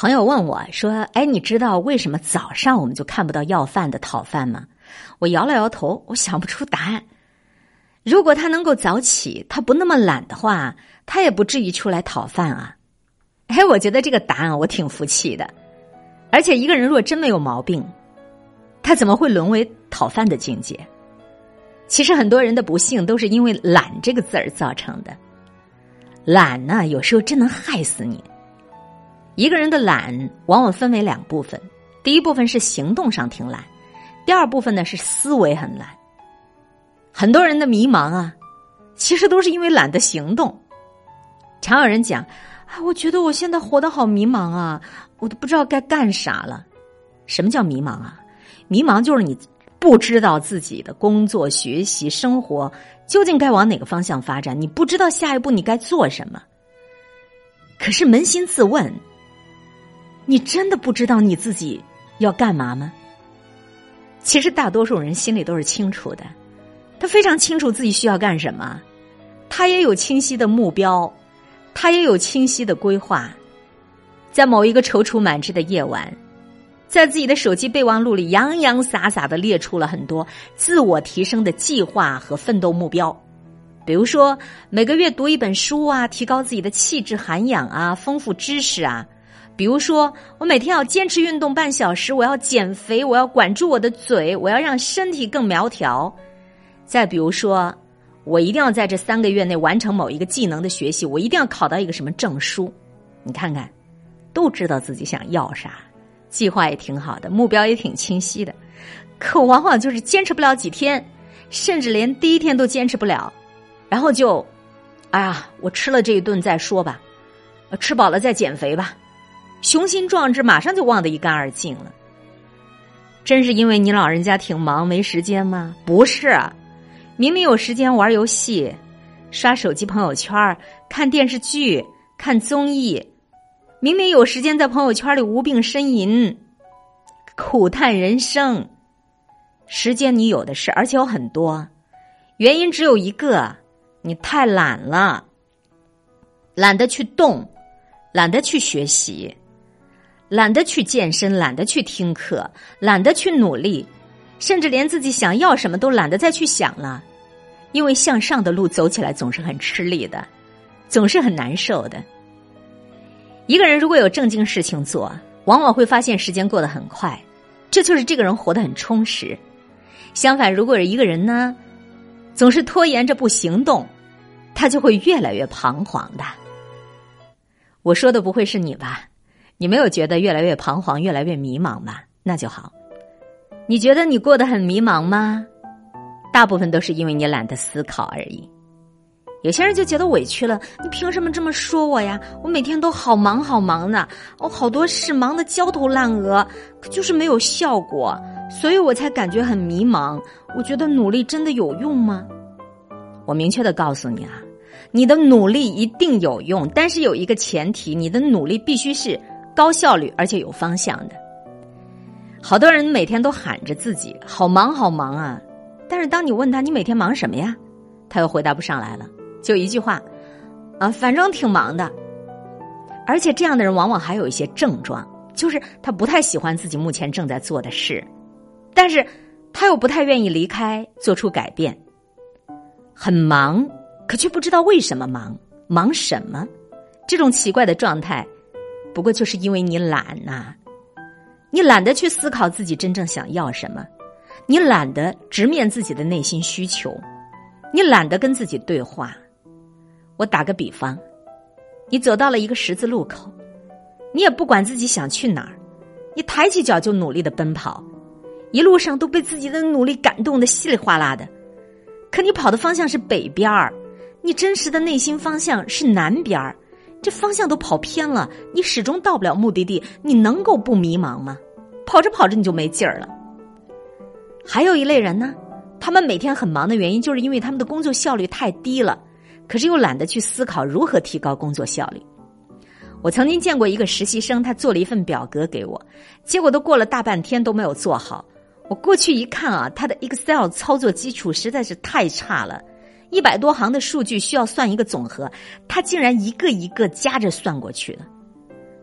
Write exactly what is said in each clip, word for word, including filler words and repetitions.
朋友问我说，哎，你知道为什么早上我们就看不到要饭的讨饭吗？我摇了摇头，我想不出答案。如果他能够早起，他不那么懒的话，他也不至于出来讨饭啊。哎，我觉得这个答案我挺服气的。而且一个人若真没有毛病，他怎么会沦为讨饭的境界？其实很多人的不幸都是因为懒这个字儿造成的。懒呢，有时候真能害死你。一个人的懒往往分为两部分，第一部分是行动上挺懒，第二部分呢是思维很懒。很多人的迷茫啊，其实都是因为懒得行动。常有人讲，啊，我觉得我现在活得好迷茫啊，我都不知道该干啥了。什么叫迷茫啊？迷茫就是你不知道自己的工作、学习、生活究竟该往哪个方向发展，你不知道下一步你该做什么。可是扪心自问，你真的不知道你自己要干嘛吗？其实大多数人心里都是清楚的，他非常清楚自己需要干什么，他也有清晰的目标，他也有清晰的规划。在某一个踌躇满志的夜晚，在自己的手机备忘录里洋洋洒洒地列出了很多自我提升的计划和奋斗目标。比如说每个月读一本书啊，提高自己的气质涵养啊，丰富知识啊。比如说我每天要坚持运动半小时，我要减肥，我要管住我的嘴，我要让身体更苗条。再比如说我一定要在这三个月内完成某一个技能的学习，我一定要考到一个什么证书。你看看，都知道自己想要啥，计划也挺好的，目标也挺清晰的，可往往就是坚持不了几天，甚至连第一天都坚持不了，然后就哎呀，我吃了这一顿再说吧，吃饱了再减肥吧，雄心壮志马上就忘得一干二净了。真是因为你老人家挺忙没时间吗？不是，明明有时间玩游戏，刷手机朋友圈，看电视剧，看综艺，明明有时间在朋友圈里无病呻吟，苦叹人生。时间你有的是，而且有很多，原因只有一个，你太懒了。懒得去动，懒得去学习，懒得去健身，懒得去听课，懒得去努力，甚至连自己想要什么都懒得再去想了。因为向上的路走起来总是很吃力的，总是很难受的。一个人如果有正经事情做，往往会发现时间过得很快，这就是这个人活得很充实。相反，如果一个人呢，总是拖延着不行动，他就会越来越彷徨的。我说的不会是你吧？你没有觉得越来越彷徨，越来越迷茫吧？那就好。你觉得你过得很迷茫吗？大部分都是因为你懒得思考而已。有些人就觉得委屈了，你凭什么这么说我呀？我每天都好忙好忙的，我好多事忙得焦头烂额，可就是没有效果，所以我才感觉很迷茫。我觉得努力真的有用吗？我明确地告诉你啊，你的努力一定有用，但是有一个前提，你的努力必须是高效率而且有方向的。好多人每天都喊着自己好忙好忙啊，但是当你问他你每天忙什么呀，他又回答不上来了，就一句话啊，反正挺忙的。而且这样的人往往还有一些症状，就是他不太喜欢自己目前正在做的事，但是他又不太愿意离开，做出改变。很忙，可却不知道为什么忙，忙什么？这种奇怪的状态，不过就是因为你懒呐、啊，你懒得去思考自己真正想要什么，你懒得直面自己的内心需求，你懒得跟自己对话。我打个比方，你走到了一个十字路口，你也不管自己想去哪儿，你抬起脚就努力的奔跑，一路上都被自己的努力感动的稀里哗啦的。可你跑的方向是北边儿，你真实的内心方向是南边儿，这方向都跑偏了，你始终到不了目的地，你能够不迷茫吗？跑着跑着你就没劲儿了。还有一类人呢，他们每天很忙的原因就是因为他们的工作效率太低了，可是又懒得去思考如何提高工作效率。我曾经见过一个实习生，他做了一份表格给我，结果都过了大半天都没有做好。我过去一看啊，他的 Excel 操作基础实在是太差了，一百多行的数据需要算一个总和，他竟然一个一个加着算过去了。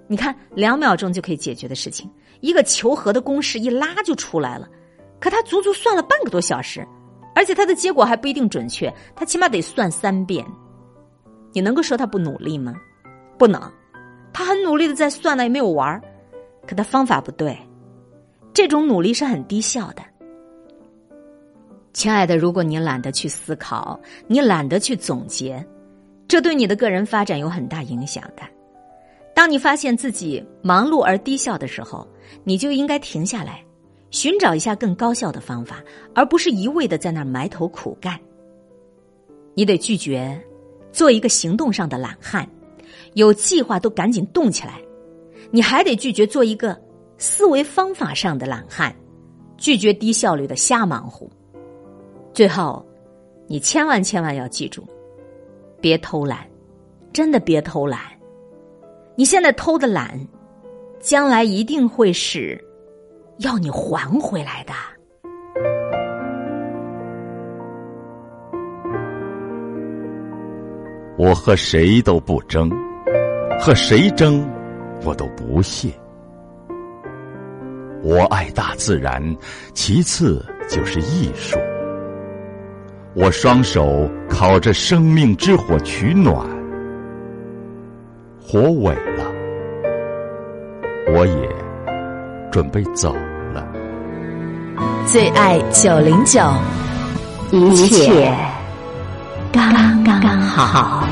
你看，两秒钟就可以解决的事情，一个求和的公式一拉就出来了，可他足足算了半个多小时，而且他的结果还不一定准确，他起码得算三遍。你能够说他不努力吗？不能，他很努力的在算了，也没有玩，可他方法不对，这种努力是很低效的。亲爱的，如果你懒得去思考，你懒得去总结，这对你的个人发展有很大影响的。当你发现自己忙碌而低效的时候，你就应该停下来，寻找一下更高效的方法，而不是一味的在那儿埋头苦干。你得拒绝做一个行动上的懒汉，有计划都赶紧动起来。你还得拒绝做一个思维方法上的懒汉，拒绝低效率的瞎忙活。最后，你千万千万要记住，别偷懒，真的别偷懒。你现在偷的懒，将来一定会是要你还回来的。 我和谁都不争，和谁争我都不屑。我爱大自然，其次就是艺术。我双手烤着生命之火取暖，火萎了，我也准备走了。 最爱九零九，一切刚刚好。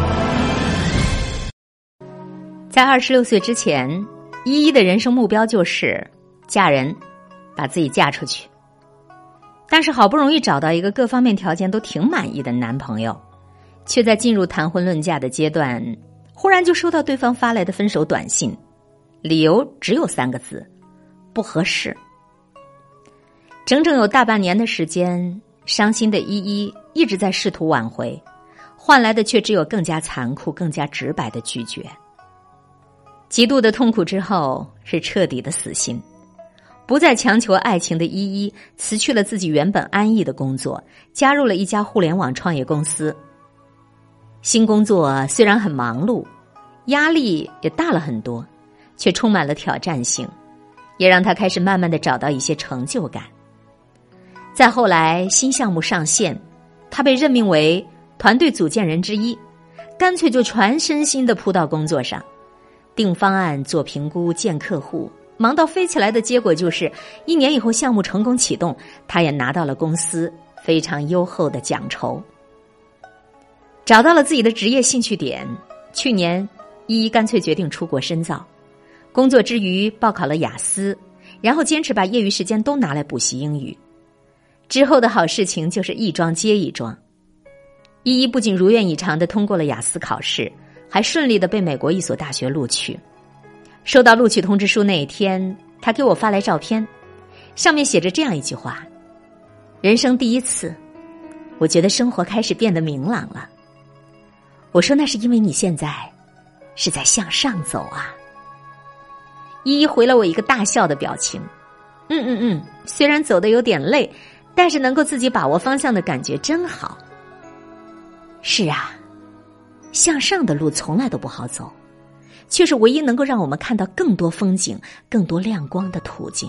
在二十六岁之前，依依的人生目标就是嫁人，把自己嫁出去。但是好不容易找到一个各方面条件都挺满意的男朋友，却在进入谈婚论嫁的阶段，忽然就收到对方发来的分手短信，理由只有三个字：不合适。整整有大半年的时间，伤心的依依一直在试图挽回，换来的却只有更加残酷、更加直白的拒绝。极度的痛苦之后，是彻底的死心。不再强求爱情的依依，辞去了自己原本安逸的工作，加入了一家互联网创业公司。新工作虽然很忙碌，压力也大了很多，却充满了挑战性，也让他开始慢慢的找到一些成就感。再后来，新项目上线，他被任命为团队组建人之一，干脆就全身心的扑到工作上，定方案、做评估、见客户，忙到飞起来的结果就是一年以后项目成功启动，他也拿到了公司非常优厚的奖酬。找到了自己的职业兴趣点，去年依依干脆决定出国深造，工作之余报考了雅思，然后坚持把业余时间都拿来补习英语。之后的好事情就是一桩接一桩。依依不仅如愿以偿地通过了雅思考试，还顺利地被美国一所大学录取。收到录取通知书那一天，他给我发来照片，上面写着这样一句话：人生第一次，我觉得生活开始变得明朗了。我说那是因为你现在是在向上走啊。依依回了我一个大笑的表情。嗯嗯嗯，虽然走得有点累，但是能够自己把握方向的感觉真好。是啊，向上的路从来都不好走，却是唯一能够让我们看到更多风景、更多亮光的途径。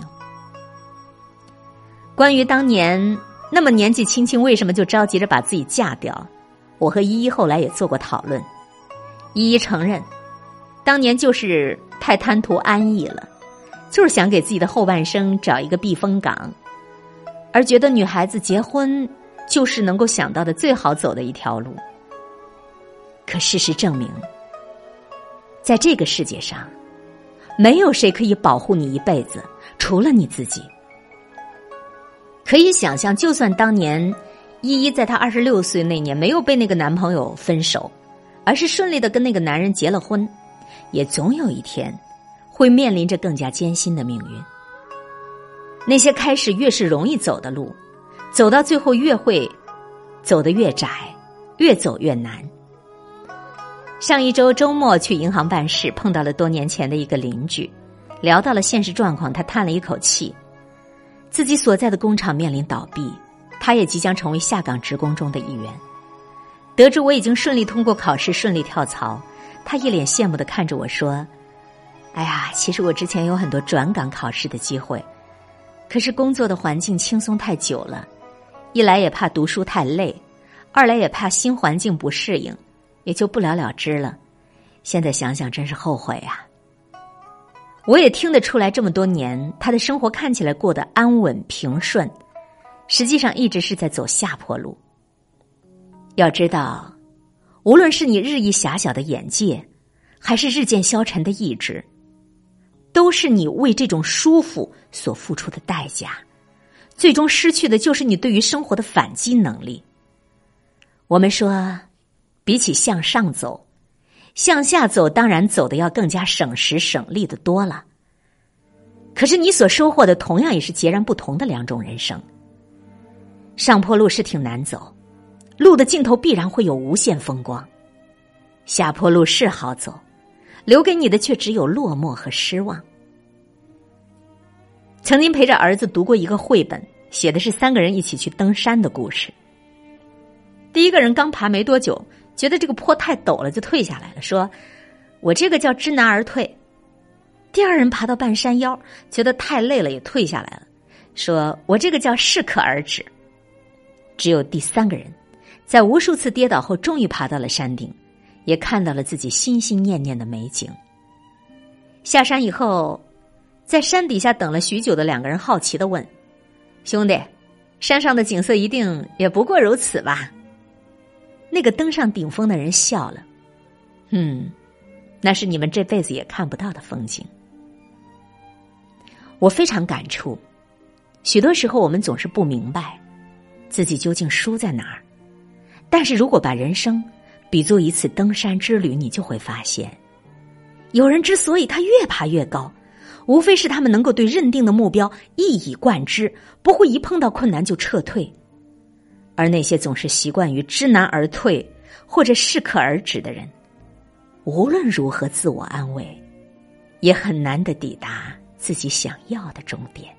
关于当年那么年纪轻轻为什么就着急着把自己嫁掉，我和依依后来也做过讨论。依依承认，当年就是太贪图安逸了，就是想给自己的后半生找一个避风港，而觉得女孩子结婚就是能够想到的最好走的一条路。可事实证明，在这个世界上，没有谁可以保护你一辈子，除了你自己。可以想象，就算当年依依在她二十六岁那年没有被那个男朋友分手，而是顺利的跟那个男人结了婚，也总有一天会面临着更加艰辛的命运。那些开始越是容易走的路，走到最后越会走得越窄，越走越难。上一周周末去银行办事，碰到了多年前的一个邻居，聊到了现实状况，他叹了一口气，自己所在的工厂面临倒闭，他也即将成为下岗职工中的一员。得知我已经顺利通过考试，顺利跳槽，他一脸羡慕地看着我说： 哎呀，其实我之前有很多转岗考试的机会，可是工作的环境轻松太久了，一来也怕读书太累，二来也怕新环境不适应，也就不了了之了。现在想想真是后悔啊。我也听得出来，这么多年他的生活看起来过得安稳平顺，实际上一直是在走下坡路。要知道，无论是你日益狭小的眼界，还是日渐消沉的意志，都是你为这种舒服所付出的代价，最终失去的就是你对于生活的反击能力。我们说，比起向上走，向下走当然走得要更加省时省力的多了。可是你所收获的同样也是截然不同的两种人生。上坡路是挺难走，路的尽头必然会有无限风光。下坡路是好走，留给你的却只有落寞和失望。曾经陪着儿子读过一个绘本，写的是三个人一起去登山的故事。第一个人刚爬没多久，觉得这个坡太陡了，就退下来了，说我这个叫知难而退。第二人爬到半山腰，觉得太累了，也退下来了，说我这个叫适可而止。只有第三个人在无数次跌倒后终于爬到了山顶，也看到了自己心心念念的美景。下山以后，在山底下等了许久的两个人好奇地问，兄弟，山上的景色一定也不过如此吧？那个登上顶峰的人笑了，嗯，那是你们这辈子也看不到的风景。我非常感触，许多时候我们总是不明白自己究竟输在哪儿，但是如果把人生比作一次登山之旅，你就会发现，有人之所以他越爬越高，无非是他们能够对认定的目标一以贯之，不会一碰到困难就撤退。而那些总是习惯于知难而退或者适可而止的人，无论如何自我安慰，也很难地抵达自己想要的终点。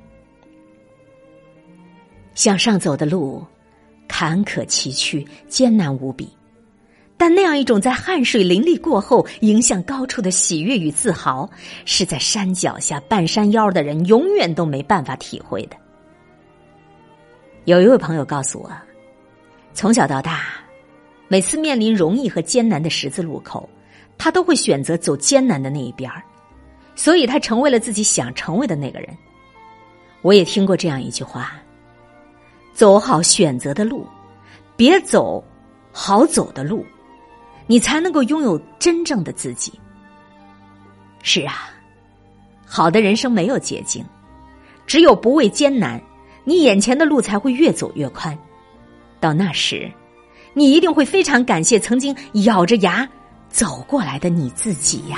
向上走的路坎坷崎岖，艰难无比，但那样一种在汗水淋漓过后迎向高处的喜悦与自豪，是在山脚下半山腰的人永远都没办法体会的。有一位朋友告诉我，从小到大，每次面临容易和艰难的十字路口，他都会选择走艰难的那一边，所以他成为了自己想成为的那个人。我也听过这样一句话，走好选择的路，别走好走的路，你才能够拥有真正的自己。是啊，好的人生没有捷径，只有不畏艰难，你眼前的路才会越走越宽。到那时，你一定会非常感谢曾经咬着牙走过来的你自己呀。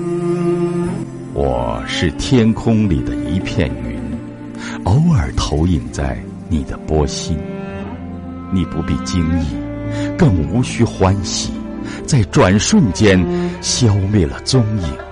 我是天空里的一片云，偶尔投影在你的波心。你不必惊异，更无需欢喜，在转瞬间消灭了踪影。